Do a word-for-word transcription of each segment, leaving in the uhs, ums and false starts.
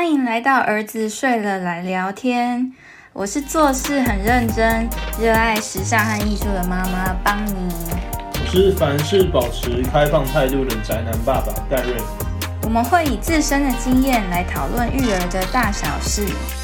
欢迎来到儿子睡了来聊天，我是做事很认真、热爱时尚和艺术的妈妈邦尼。 我是凡事保持开放态度的宅男爸爸盖瑞。 我们会以自身的经验来讨论育儿的大小事。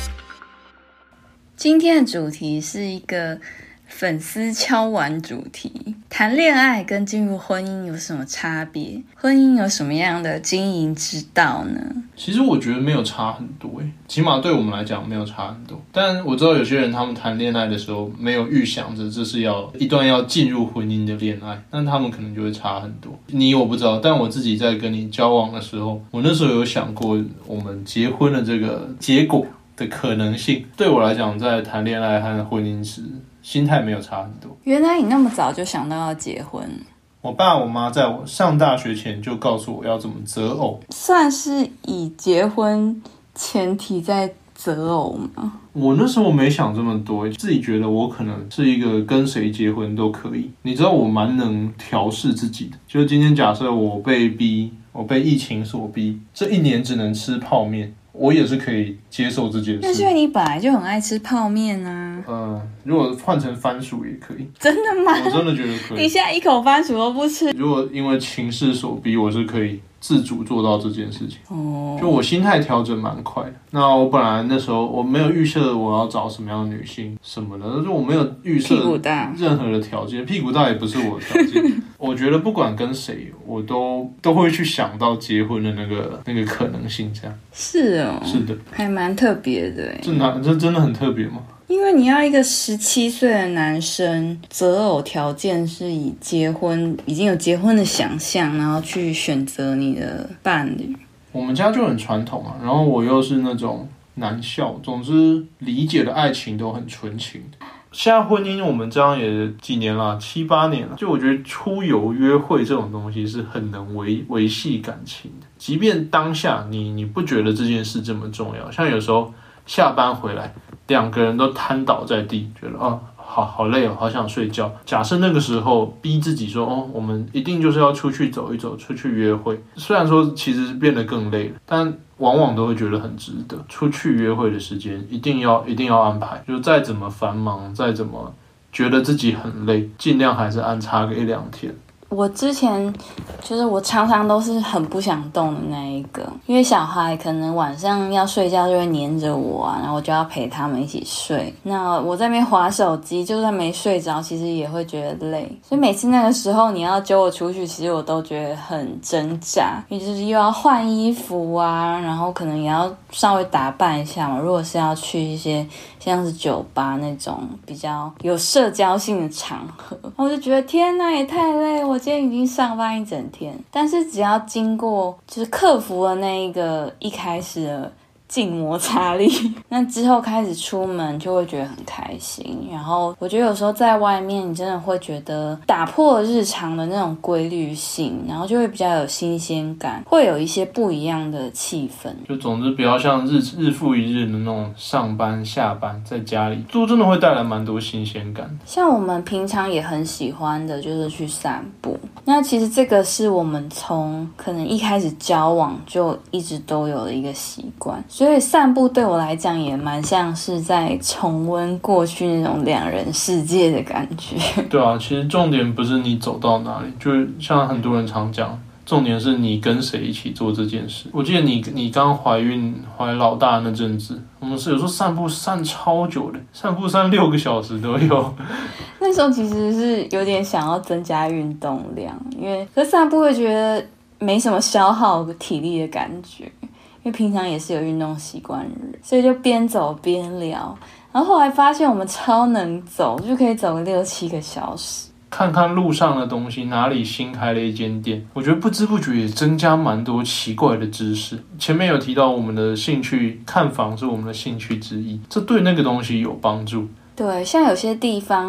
今天的主题是一个粉丝敲碗主题，谈恋爱跟进入婚姻有什么差别？婚姻有什么样的经营之道呢？ 其实我觉得没有差很多耶，起码对我们来讲没有差很多。但我知道有些人他们谈恋爱的时候没有预想着这是要一段要进入婚姻的恋爱，那他们可能就会差很多。你我不知道，但我自己在跟你交往的时候，我那时候有想过我们结婚的这个结果的可能性。对我来讲，在谈恋爱和婚姻时心态没有差很多。 原来你那么早就想到要结婚。 我爸我妈在我上大学前就告诉我要怎么择偶， 算是以结婚前提在择偶吗？ 我那时候没想这么多，自己觉得我可能是一个跟谁结婚都可以。你知道我蛮能调适自己的，就是今天假设我被逼，我被疫情所逼，这一年只能吃泡面，我也是可以接受这件事。 那是因为你本来就很爱吃泡面啊。 呃，如果换成番薯也可以。 真的吗？ 我真的觉得可以。 你现在一口番薯都不吃。 如果因为情势所逼，我是可以自主做到这件事情。 哦， 就我心态调整蛮快的。那我本来那时候我没有预设我要找什么样的女性什么的，就是我没有预设任何的条件，屁股大也不是我的条件。我觉得不管跟谁，我都都会去想到结婚的那个那个可能性，这样。 是哦， 是的， 还蛮特别的耶。 这哪这真的很特别吗？ 因为你要一个十七岁的男生择偶条件是以结婚已经有结婚的想象，然后去选择你的伴侣。 我们家就很传统啊，然后我又是那种男校，总之理解的爱情都很纯情的。现在婚姻我们这样也几年了，七八年了，就我觉得出游约会这种东西是很能维维系感情的，即便当下你你不觉得这件事这么重要，像有时候下班回来，两个人都瘫倒在地，觉得哦，好好累哦，好想睡觉。假设那个时候逼自己说，哦，我们一定就是要出去走一走，出去约会。虽然说其实变得更累了，但往往都会觉得很值得。出去约会的时间一定要一定要安排，就再怎么繁忙，再怎么觉得自己很累，尽量还是安插个一两天。 我之前就是我常常都是很不想动的那一个，因为小孩可能晚上要睡觉就会黏着我啊，然后我就要陪他们一起睡。那我在那边滑手机，就算没睡着，其实也会觉得累。所以每次那个时候你要揪我出去，其实我都觉得很挣扎，因为就是又要换衣服啊，然后可能也要稍微打扮一下嘛。如果是要去一些像是酒吧那种比较有社交性的场合，我就觉得天哪，也太累了，我今天已经上班一整天。但是只要经过就是克服了那一个一开始的静摩擦力，那之后开始出门就会觉得很开心。然后我觉得有时候在外面你真的会觉得打破了日常的那种规律性，然后就会比较有新鲜感，会有一些不一样的气氛。 就总之不要像日日复一日的那种上班下班在家里，就真的会带来蛮多新鲜感。 像我们平常也很喜欢的就是去散步，那其实这个是我们从可能一开始交往就一直都有的一个习惯，所以散步对我来讲也蛮像是在重温过去那种两人世界的感觉。 对啊，其实重点不是你走到哪里，就是像很多人常讲，重点是你跟谁一起做这件事。我记得你你刚怀孕怀老大那阵子，我们是有时候散步散超久的，散步散六个小时都有。 那时候其实是有点想要增加运动量，因为可是散步会觉得没什么消耗体力的感觉，因为平常也是有运动习惯日，所以就边走边聊。然后后来发现我们超能走，就可以走个六七个小时。 看看路上的东西，哪里新开了一间店，我觉得不知不觉也增加蛮多奇怪的知识。前面有提到我们的兴趣，看房是我们的兴趣之一，这对那个东西有帮助。 对，像有些地方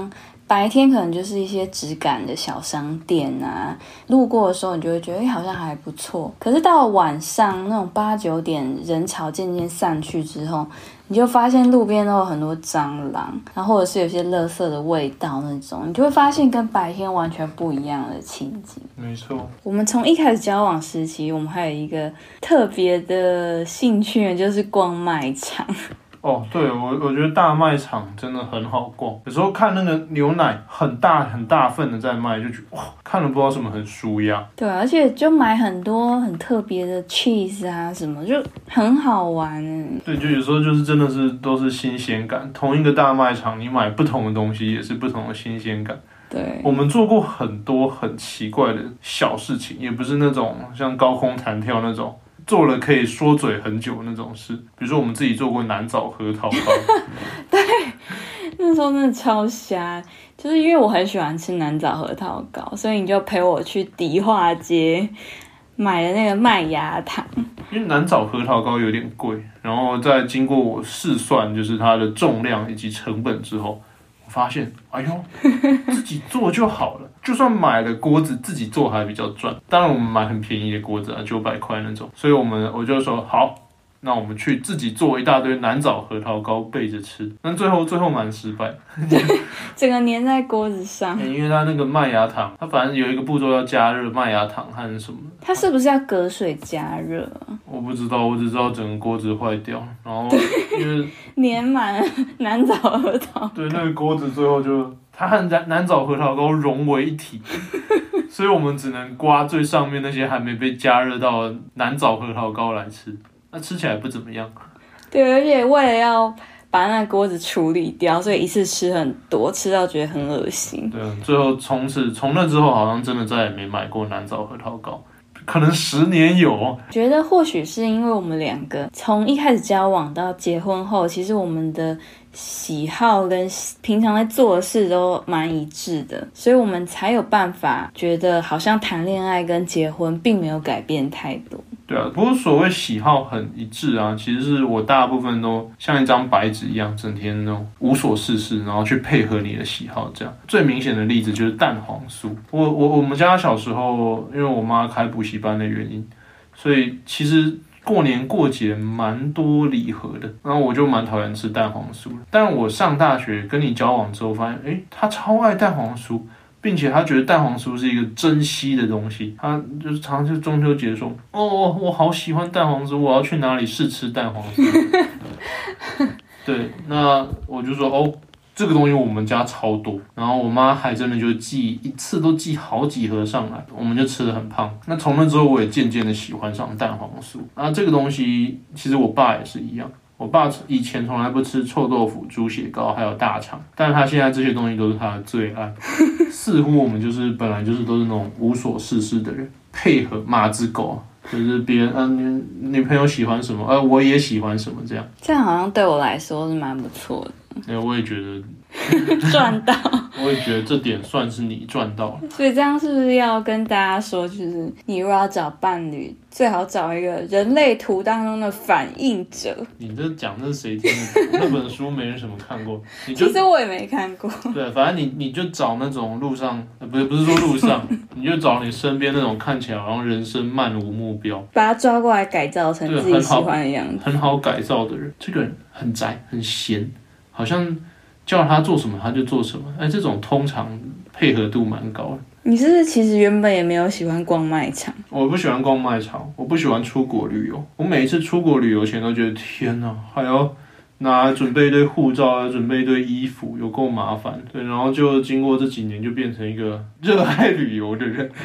白天可能就是一些质感的小商店啊，路过的时候你就会觉得，哎，好像还不错。可是到了晚上那种八九点，人潮渐渐散去之后，你就发现路边都有很多蟑螂，然后或者是有些垃圾的味道那种，你就会发现跟白天完全不一样的情景。 没错， 我们从一开始交往时期，我们还有一个特别的兴趣，就是逛卖场。 哦，对，我我觉得大卖场真的很好逛。有时候看那个牛奶很大很大份的在卖，就觉得哇，看了不知道什么很舒压。 对，而且就买很多很特别的 cheese 啊什么，就很好玩。 对，就有时候就是真的是都是新鲜感。同一个大卖场，你买不同的东西也是不同的新鲜感。 对， 我们做过很多很奇怪的小事情，也不是那种像高空弹跳那种。做了可以说嘴很久那种事，比如说我们自己做过南枣核桃糕。 对，那时候真的超瞎，就是因为我很喜欢吃南枣核桃糕，所以你就陪我去迪化街买了那个麦芽糖。 因为南枣核桃糕有点贵，然后在经过我试算，就是它的重量以及成本之后，我发现，哎呦，自己做就好了。就算买了锅子，自己做还比较赚。当然，我们买很便宜的锅子啊，九百块那种。所以我们我就说好，那我们去自己做一大堆南枣核桃糕备着吃。但最后最后蛮失败， 整个粘在锅子上。 欸、因为它那个麦芽糖，它反正有一个步骤要加热麦芽糖和什么。 它是不是要隔水加热？ 我不知道，我只知道整个锅子坏掉，然后因为粘满了南枣核桃。 对，那个锅子最后就。它和南枣核桃糕融为一体，所以我们只能刮最上面那些还没被加热到的南枣核桃糕来吃，那吃起来不怎么样。 对，而且为了要把那个锅子处理掉，所以一次吃很多，吃到觉得很恶心。 对，最后从此从那之后，好像真的再也没买过南枣核桃糕。可能十年有， 觉得或许是因为我们两个从一开始交往到结婚后，其实我们的喜好跟平常在做的事都蛮一致的，所以我们才有办法觉得好像谈恋爱跟结婚并没有改变太多。 对啊，不过所谓喜好很一致啊，其实是我大部分都像一张白纸一样，整天那种无所事事，然后去配合你的喜好这样。最明显的例子就是蛋黄酥。我我我们家小时候，因为我妈开补习班的原因，所以其实过年过节蛮多礼盒的，然后我就蛮讨厌吃蛋黄酥。但我上大学跟你交往之后，发现诶，她超爱蛋黄酥。并且他觉得蛋黄酥是一个珍稀的东西，他就是常常就中秋节说：“哦，我好喜欢蛋黄酥，我要去哪里试吃蛋黄酥。”对，那我就说：“哦，这个东西我们家超多。”然后我妈还真的就寄一次都寄好几盒上来，我们就吃得很胖。那从那之后，我也渐渐的喜欢上蛋黄酥。那这个东西其实我爸也是一样。我爸以前从来不吃臭豆腐、猪血糕还有大肠，但他现在这些东西都是他的最爱。似乎我们就是本来就是都是那种无所事事的人，配合马子狗，就是别人嗯、呃、女朋友喜欢什么，呃我也喜欢什么这样。 这样好像对我来说是蛮不错的。 对，我也觉得赚到， 我也觉得这点算是你赚到了。 所以这样是不是要跟大家说，就是你如果要找伴侣，最好找一个人类图当中的反应者？ 你这讲这是谁听的？那本书没人什么看过。你就其实我也没看过。 对，反正你你就找那种路上，呃、不是不是说路上，你就找你身边那种看起来好像人生漫无目标， 把他抓过来改造成自己喜欢的样子， 很好改造的人。这个人很宅很闲。好像叫他做什么他就做什么，哎，这种通常配合度蛮高的。 你是不是其实原本也没有喜欢逛卖场？ 我不喜欢逛卖场，我不喜欢出国旅游。我每一次出国旅游前都觉得天哪，还要拿准备一堆护照啊，准备一堆衣服，有够麻烦。对，然后就经过这几年，就变成一个热爱旅游的人。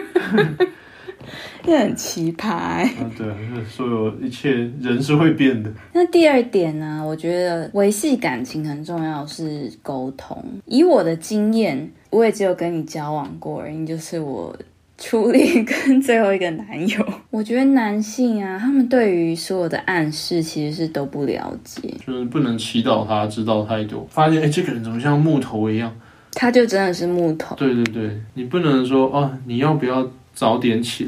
这很奇葩欸。 啊，对，所有一切人是会变的。 那第二点呢，我觉得维系感情很重要是沟通。以我的经验，我也只有跟你交往过而已，就是我初恋跟最后一个男友。我觉得男性啊，他们对于所有的暗示其实是都不了解， 就是不能祈祷他知道太多，发现哎，这个人怎么像木头一样？他就真的是木头。 对对对，你不能说哦，你要不要早点起来？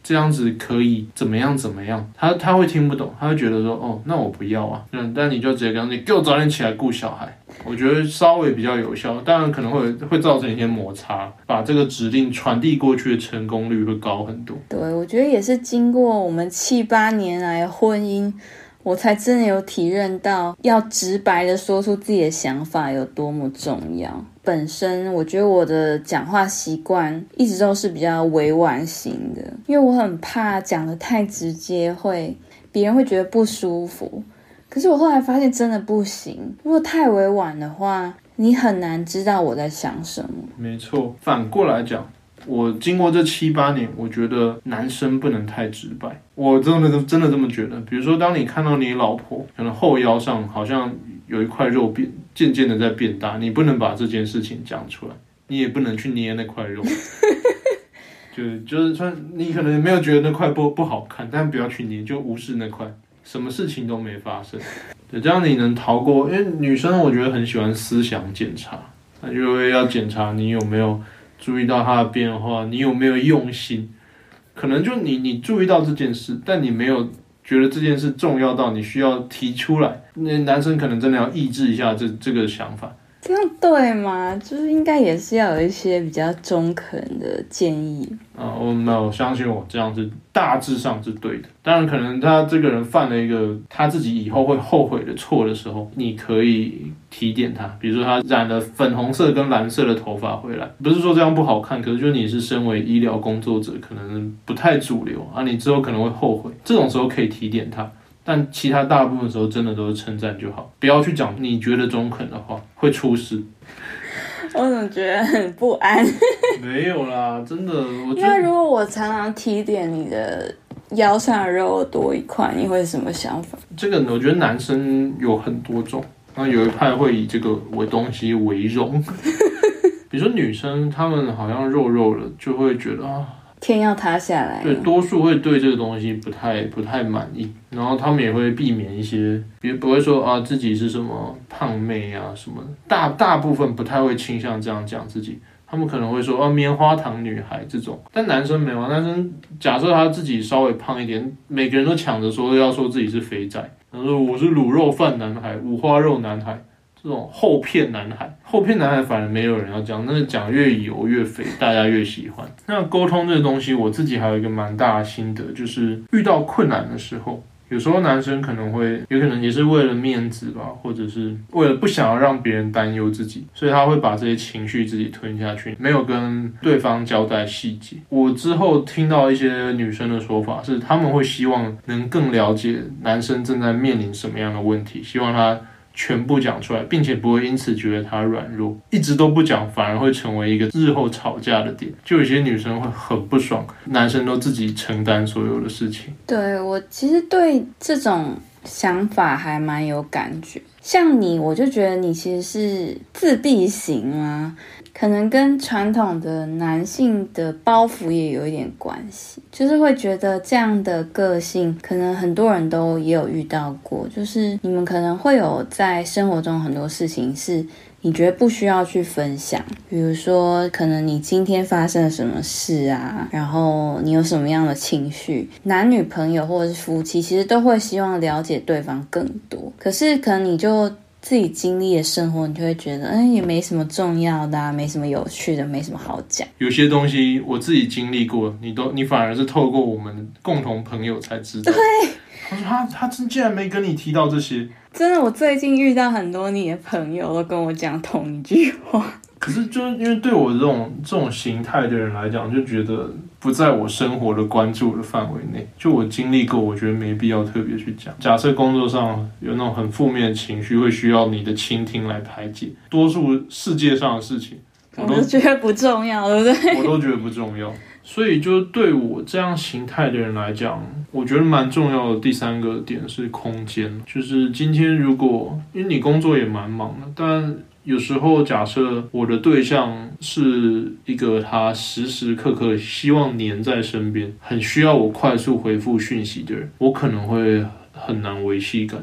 这样子可以怎么样怎么样，他他会听不懂，他会觉得说哦，那我不要啊，嗯，但你就直接跟他，你给我早点起来顾小孩，我觉得稍微比较有效，当然可能会会造成一些摩擦，把这个指令传递过去的成功率会高很多。 对，我觉得也是经过我们七八年来的婚姻，我才真的有体认到要直白的说出自己的想法有多么重要。本身我觉得我的讲话习惯一直都是比较委婉型的，因为我很怕讲得太直接会别人会觉得不舒服，可是我后来发现真的不行，如果太委婉的话，你很难知道我在想什么。 没错，反过来讲，我经过这七八年，我觉得男生不能太直白，我真的真的这么觉得。比如说，当你看到你老婆可能后腰上好像有一块肉变渐渐的在变大，你不能把这件事情讲出来，你也不能去捏那块肉。就就是说，你可能没有觉得那块不不好看，但不要去捏，就无视那块，什么事情都没发生。对，这样你能逃过。因为女生我觉得很喜欢思想检查，那就会要检查你有没有注意到她的变化，你有没有用心。可能就你你注意到这件事，但你没有觉得这件事重要到你需要提出来。那男生可能真的要抑制一下这这个想法。 这样对吗？就是应该也是要有一些比较中肯的建议啊，我没有相信我，这样是大致上是对的。当然，可能他这个人犯了一个他自己以后会后悔的错的时候，你可以提点他。比如说他染了粉红色跟蓝色的头发回来，不是说这样不好看，可是就你是身为医疗工作者，可能不太主流啊，你之后可能会后悔。这种时候可以提点他。但其他大部分时候真的都是称赞就好，不要去讲你觉得中肯的话，会出事。 我怎么觉得很不安？ 没有啦，真的，我觉得。 那如果我常常提点你的腰上的肉多一块，你会什么想法？ 这个我觉得男生有很多种，那有一派会以这个为东西为荣。比如说女生，她们好像肉肉了，就会觉得啊。 天要塌下来了。 对，多数会对这个东西不太不太满意，然后他们也会避免一些，比如不会说啊自己是什么胖妹啊什么的，大大部分不太会倾向这样讲自己，他们可能会说啊棉花糖女孩这种，但男生没有，男生假设他自己稍微胖一点，每个人都抢着说要说自己是肥仔，他说我是卤肉饭男孩，五花肉男孩。这种厚片男孩，厚片男孩反而没有人要讲，那个讲越油越肥，大家越喜欢。那沟通这个东西，我自己还有一个蛮大的心得，就是遇到困难的时候，有时候男生可能会，有可能也是为了面子吧，或者是为了不想要让别人担忧自己，所以他会把这些情绪自己吞下去，没有跟对方交代细节。我之后听到一些女生的说法是，他们会希望能更了解男生正在面临什么样的问题，希望他全部讲出来，并且不会因此觉得他软弱，一直都不讲反而会成为一个日后吵架的点。就有些女生会很不爽，男生都自己承担所有的事情。 对，我其实对这种想法还蛮有感觉。像你，我就觉得你其实是自闭型啊，可能跟传统的男性的包袱也有一点关系，就是会觉得这样的个性可能很多人都也有遇到过，就是你们可能会有在生活中很多事情是你觉得不需要去分享，比如说可能你今天发生了什么事啊，然后你有什么样的情绪，男女朋友或者是夫妻其实都会希望了解对方更多，可是可能你就自己经历的生活，你就会觉得嗯也没什么重要的啊，没什么有趣的，没什么好讲。 有些东西我自己经历过，你都你反而是透过我们共同朋友才知道。 对， 他说他他真竟然没跟你提到这些。 真的，我最近遇到很多你的朋友都跟我讲同一句话。 可是就是因为对我这种这种形态的人来讲，就觉得不在我生活的关注的范围内。就我经历过，我觉得没必要特别去讲。假设工作上有那种很负面的情绪，会需要你的倾听来排解。多数世界上的事情， 我都觉得不重要，对不对？ 我都觉得不重要。所以就对我这样形态的人来讲，我觉得蛮重要的第三个点是空间。就是今天如果因为你工作也蛮忙的，但有时候假设我的对象是一个他时时刻刻希望黏在身边，很需要我快速回复讯息的人，我可能会很难维系感情。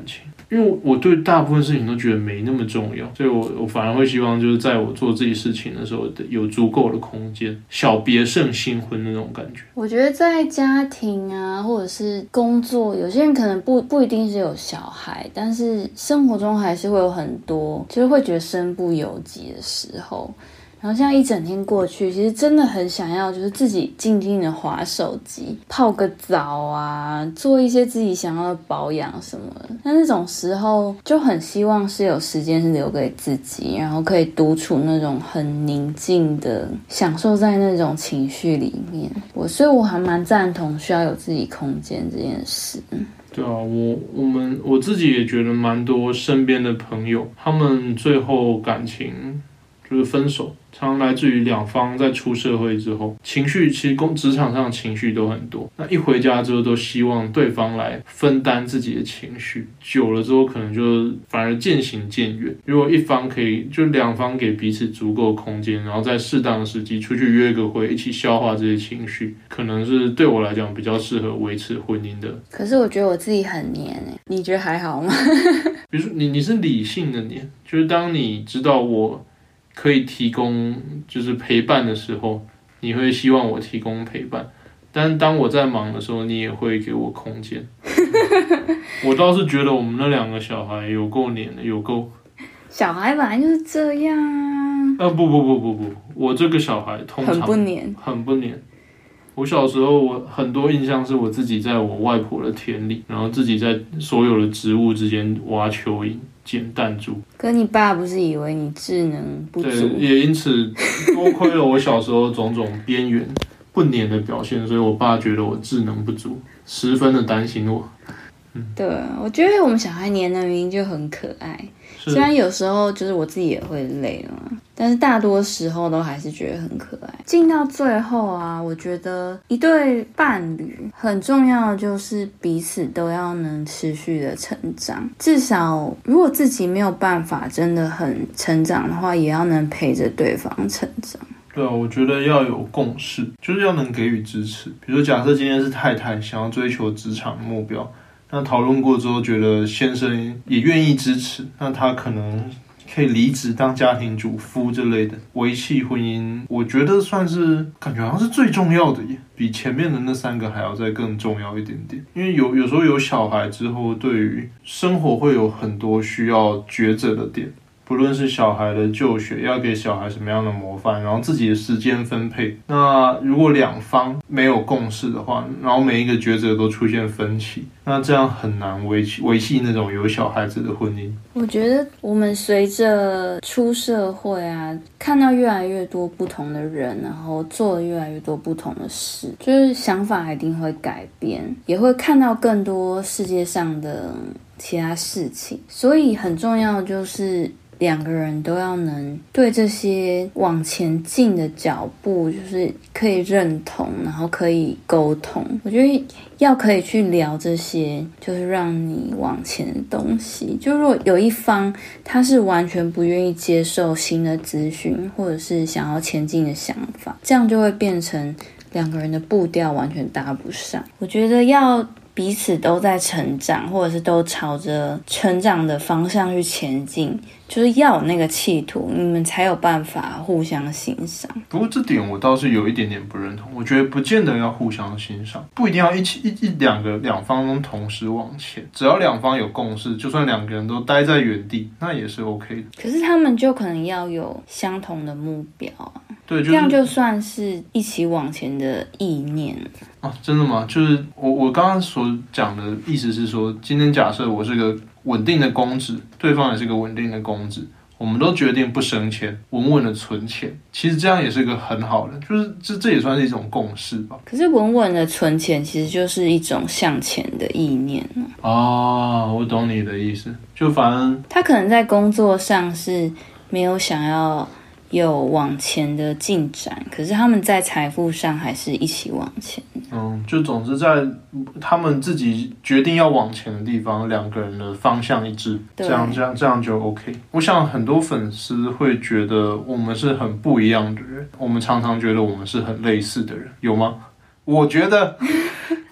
因为我对大部分事情都觉得没那么重要，所以我我反而会希望就是在我做自己事情的时候有足够的空间，小别胜新婚那种感觉。 我觉得在家庭啊，或者是工作，有些人可能不不一定是有小孩，但是生活中还是会有很多，就是会觉得身不由己的时候。然后这样一整天过去，其实真的很想要就是自己静静的滑手机，泡个澡啊，做一些自己想要的保养什么的。但那种时候就很希望是有时间是留给自己，然后可以独处那种很宁静的享受在那种情绪里面。我所以我还蛮赞同需要有自己空间这件事。 对啊，我我们我自己也觉得蛮多身边的朋友，他们最后感情就是分手，常来自于两方在出社会之后，情绪其实工职场上的情绪都很多。那一回家之后，都希望对方来分担自己的情绪，久了之后可能就反而渐行渐远。如果一方可以，就两方给彼此足够空间，然后在适当的时机出去约个会，一起消化这些情绪，可能是对我来讲比较适合维持婚姻的。 可是我觉得我自己很黏欸，你觉得还好吗？ 比如说你你是理性的黏，就是当你知道我可以提供就是陪伴的时候，你会希望我提供陪伴，但当我在忙的时候，你也会给我空间。我倒是觉得我们那两个小孩有够黏的，有够。 小孩本来就是这样啊。 啊不不不不不，我这个小孩通常很不黏， 很不黏。我小时候，我很多印象是我自己在我外婆的田里，然后自己在所有的植物之间挖蚯蚓、捡弹珠。 可你爸不是以为你智能不足？ 对，也因此多亏了我小时候种种边缘不黏的表现，所以我爸觉得我智能不足，十分的担心我。 嗯、对，我觉得我们小孩黏的明明就很可爱，虽然有时候就是我自己也会累了，但是大多时候都还是觉得很可爱。进到最后啊，我觉得一对伴侣很重要的就是彼此都要能持续的成长，至少如果自己没有办法真的很成长的话，也要能陪着对方成长。 对啊，我觉得要有共识，就是要能给予支持。比如说假设今天是太太想要追求职场目标，那讨论过之后觉得先生也愿意支持，那他可能可以离职当家庭主夫之类的，维系婚姻，我觉得算是感觉好像是最重要的耶，比前面的那三个还要再更重要一点点。因为有有时候有小孩之后，对于生活会有很多需要抉择的点。不论是小孩的就学要给小孩什么样的模范，然后自己的时间分配，那如果两方没有共识的话，然后每一个抉择都出现分歧，那这样很难维系维系那种有小孩子的婚姻。 我觉得我们随着出社会啊，看到越来越多不同的人，然后做了越来越多不同的事，就是想法一定会改变，也会看到更多世界上的其他事情，所以很重要的就是两个人都要能对这些往前进的脚步就是可以认同，然后可以沟通。我觉得要可以去聊这些就是让你往前的东西，就如果有一方他是完全不愿意接受新的资讯或者是想要前进的想法，这样就会变成两个人的步调完全搭不上。我觉得要彼此都在成长，或者是都朝着成长的方向去前进，就是要有那个企图，你们才有办法互相欣赏。 不过这点我倒是有一点点不认同，我觉得不见得要互相欣赏，不一定要一起一一两个两方都同时往前，只要两方有共识，就算两个人都待在原地，那也是 OK 的。 可是他们就可能要有相同的目标啊， 对，就是、 这样就算是一起往前的意念。 啊，真的吗？就是我我刚刚所讲的意思是说，今天假设我是个稳定的公职，对方也是个稳定的公职，我们都决定不升迁，稳稳的存钱，其实这样也是个很好的，就是这这也算是一种共识吧。 可是稳稳的存钱其实就是一种向前的意念啊。 哦，我懂你的意思，就反正他可能在工作上是没有想要有往前的进展，可是他们在财富上还是一起往前。 嗯，就总之在他们自己决定要往前的地方，两个人的方向一致，这样这样这样就 OK。我想很多粉丝会觉得我们是很不一样的人，我们常常觉得我们是很类似的人，有吗？我觉得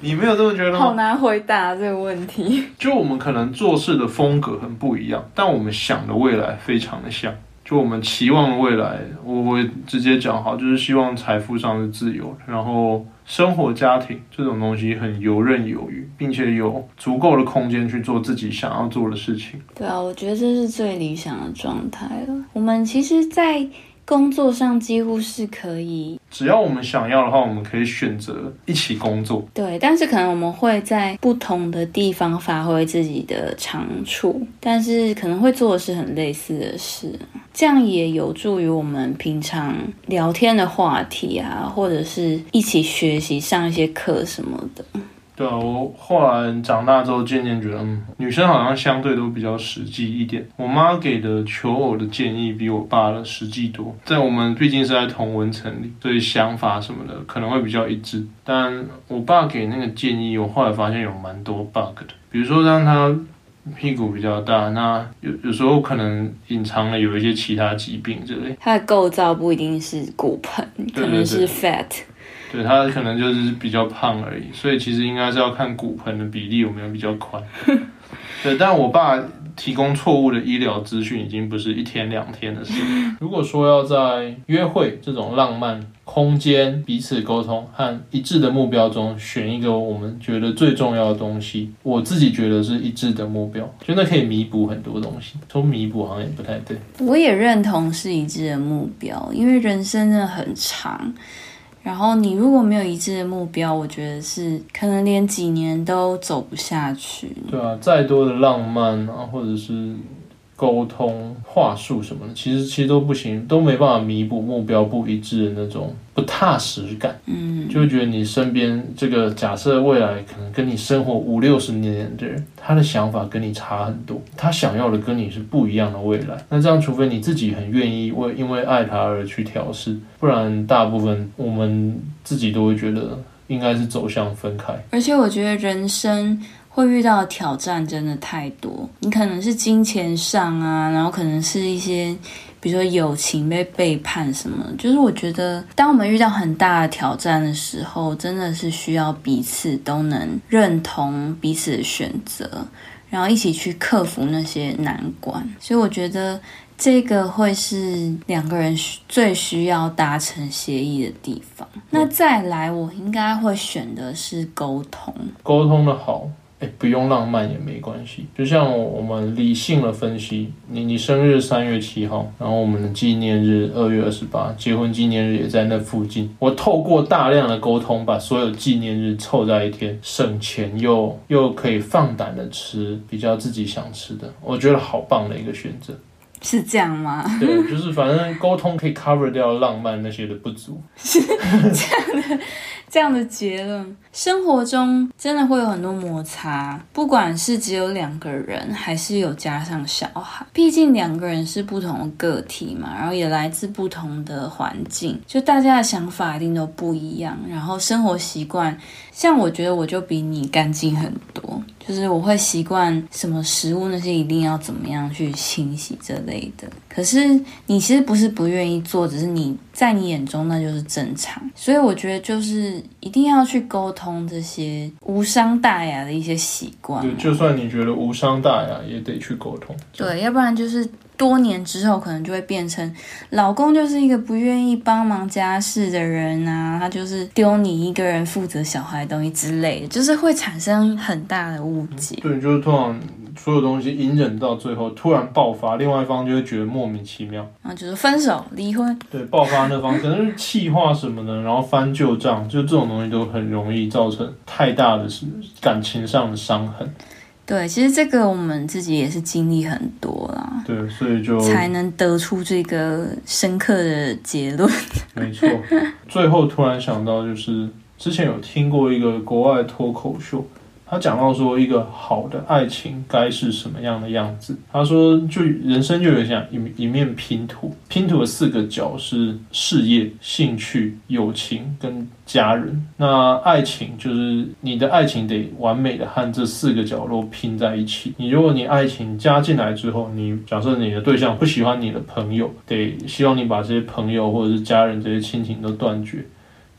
你没有这么觉得吗？ 好难回答这个问题。 就我们可能做事的风格很不一样，但我们想的未来非常的像。就我们期望的未来，我会直接讲好，就是希望财富上是自由的，然后生活家庭这种东西很游刃有余，并且有足够的空间去做自己想要做的事情。 对啊，我觉得这是最理想的状态了。我们其实在工作上几乎是可以， 只要我们想要的话，我们可以选择一起工作。 对，但是可能我们会在不同的地方发挥自己的长处，但是可能会做的是很类似的事，这样也有助于我们平常聊天的话题啊，或者是一起学习上一些课什么的。 对啊，我后来长大之后渐渐觉得，嗯，女生好像相对都比较实际一点。我妈给的求偶的建议比我爸的实际多，在我们毕竟是在同温层里，所以想法什么的可能会比较一致。但我爸给那个建议，我后来发现有蛮多 bug 的，比如说让他屁股比较大，那有有时候可能隐藏了有一些其他疾病之类。 它的构造不一定是骨盆，可能是 fat。 对，他可能就是比较胖而已，所以其实应该是要看骨盆的比例有没有比较宽。对，但我爸提供错误的医疗资讯已经不是一天两天的事。如果说要在约会这种浪漫空间、彼此沟通和一致的目标中选一个我们觉得最重要的东西，我自己觉得是一致的目标，就那可以弥补很多东西。说弥补好像也不太对。 我也认同是一致的目标，因为人生真的很长。然后你如果没有一致的目标，我觉得是可能连几年都走不下去。 对啊，再多的浪漫啊，或者是沟通话术什么的，其实其实都不行，都没办法弥补目标不一致的那种不踏实感。嗯，就会觉得你身边这个假设未来可能跟你生活五六十年的人，他的想法跟你差很多，他想要的跟你是不一样的未来。那这样，除非你自己很愿意为因为爱他而去调试，不然大部分我们自己都会觉得应该是走向分开。 而且我觉得人生会遇到的挑战真的太多，你可能是金钱上啊，然后可能是一些比如说友情被背叛什么，就是我觉得当我们遇到很大的挑战的时候，真的是需要彼此都能认同彼此的选择，然后一起去克服那些难关。所以我觉得这个会是两个人最需要达成协议的地方。那再来我应该会选的是沟通。 沟通的好，不用浪漫也没关系，就像我们理性的分析，你你生日三月七号，然后我们的纪念日二月二十八，结婚纪念日也在那附近。我透过大量的沟通，把所有纪念日凑在一天，省钱又又可以放胆的吃比较自己想吃的，我觉得好棒的一个选择。 是这样吗？ 对，就是反正沟通可以 cover 掉浪漫那些的不足。 是这样的，这样的结论。生活中真的会有很多摩擦，不管是只有两个人，还是有加上小孩。毕竟两个人是不同的个体嘛，然后也来自不同的环境，就大家的想法一定都不一样。然后生活习惯，像我觉得我就比你干净很多。就是我会习惯什么食物那些一定要怎么样去清洗这类的，可是你其实不是不愿意做，只是你在你眼中那就是正常。所以我觉得就是一定要去沟通这些无伤大雅的一些习惯。 对，就算你觉得无伤大雅，也得去沟通。 对，要不然就是多年之后可能就会变成老公就是一个不愿意帮忙家事的人啊，他就是丢你一个人负责小孩的东西之类的，就是会产生很大的误解。 对，就是通常所有东西隐忍到最后突然爆发，另外一方就会觉得莫名其妙， 然后就是分手离婚。 对，爆发那方可能是气话什么的，然后翻旧账，就这种东西都很容易造成太大的感情上的伤痕。 对，其实这个我们自己也是经历很多啦， 对，所以就才能得出这个深刻的结论。 没错，最后突然想到，就是之前有听过一个国外脱口秀，他讲到说一个好的爱情该是什么样的样子。他说就人生就有像 一, 一面拼图，拼图的四个角是事业、兴趣、友情跟家人。那爱情就是你的爱情得完美的和这四个角落拼在一起。你如果你爱情加进来之后，你假设你的对象不喜欢你的朋友，得希望你把这些朋友或者是家人这些亲情都断绝。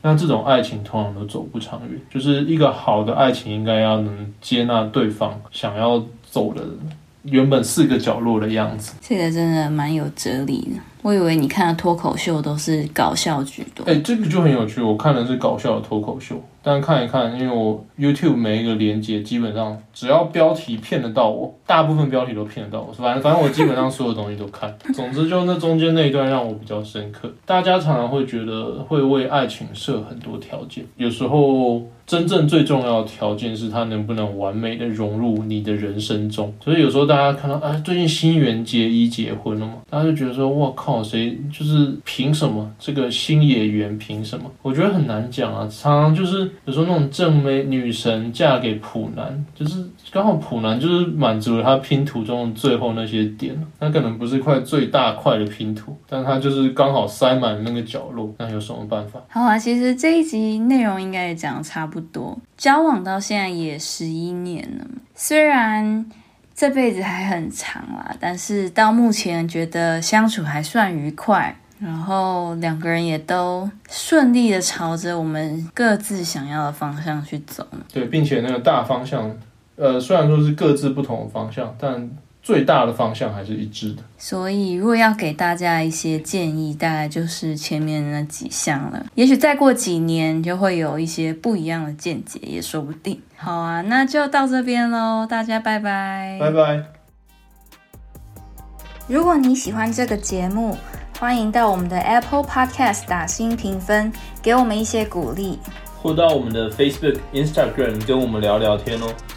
那这种爱情通常都走不长远。就是一个好的爱情应该要能接纳对方想要走的原本四个角落的样子。 这个真的蛮有哲理的。我以为你看的脱口秀都是搞笑居多。 哎、欸，这个就很有趣。我看的是搞笑的脱口秀，但看一看，因为我 YouTube 每一个连结基本上只要标题骗得到我，大部分标题都骗得到我。反正反正我基本上所有东西都看。总之就那中间那一段让我比较深刻。大家常常会觉得会为爱情设很多条件，有时候真正最重要的条件是它能不能完美的融入你的人生中。所以有时候大家看到，哎，最近新垣结衣结婚了嘛，大家就觉得说，哇靠，谁就是凭什么这个新演员凭什么？我觉得很难讲啊。常常就是有时候那种正妹女神嫁给普男，就是刚好普男就是满足了他拼图中的最后那些点，他可能不是块最大块的拼图，但他就是刚好塞满那个角落，那有什么办法？ 好啊，其实这一集内容应该也讲得差不多。交往到现在也十一年了，虽然这辈子还很长啦，但是到目前觉得相处还算愉快，然后两个人也都顺利的朝着我们各自想要的方向去走。 对，并且那个大方向，呃，虽然说是各自不同的方向，但最大的方向还是一致的。 所以如果要给大家一些建议，大概就是前面那几项了。也许再过几年就会有一些不一样的见解，也说不定。好啊，那就到这边咯，大家拜拜。 拜拜。 如果你喜欢这个节目，欢迎到我们的 Apple Podcast 打星评分，给我们一些鼓励， 或到我们的 Facebook、Instagram 跟我们聊聊天哦。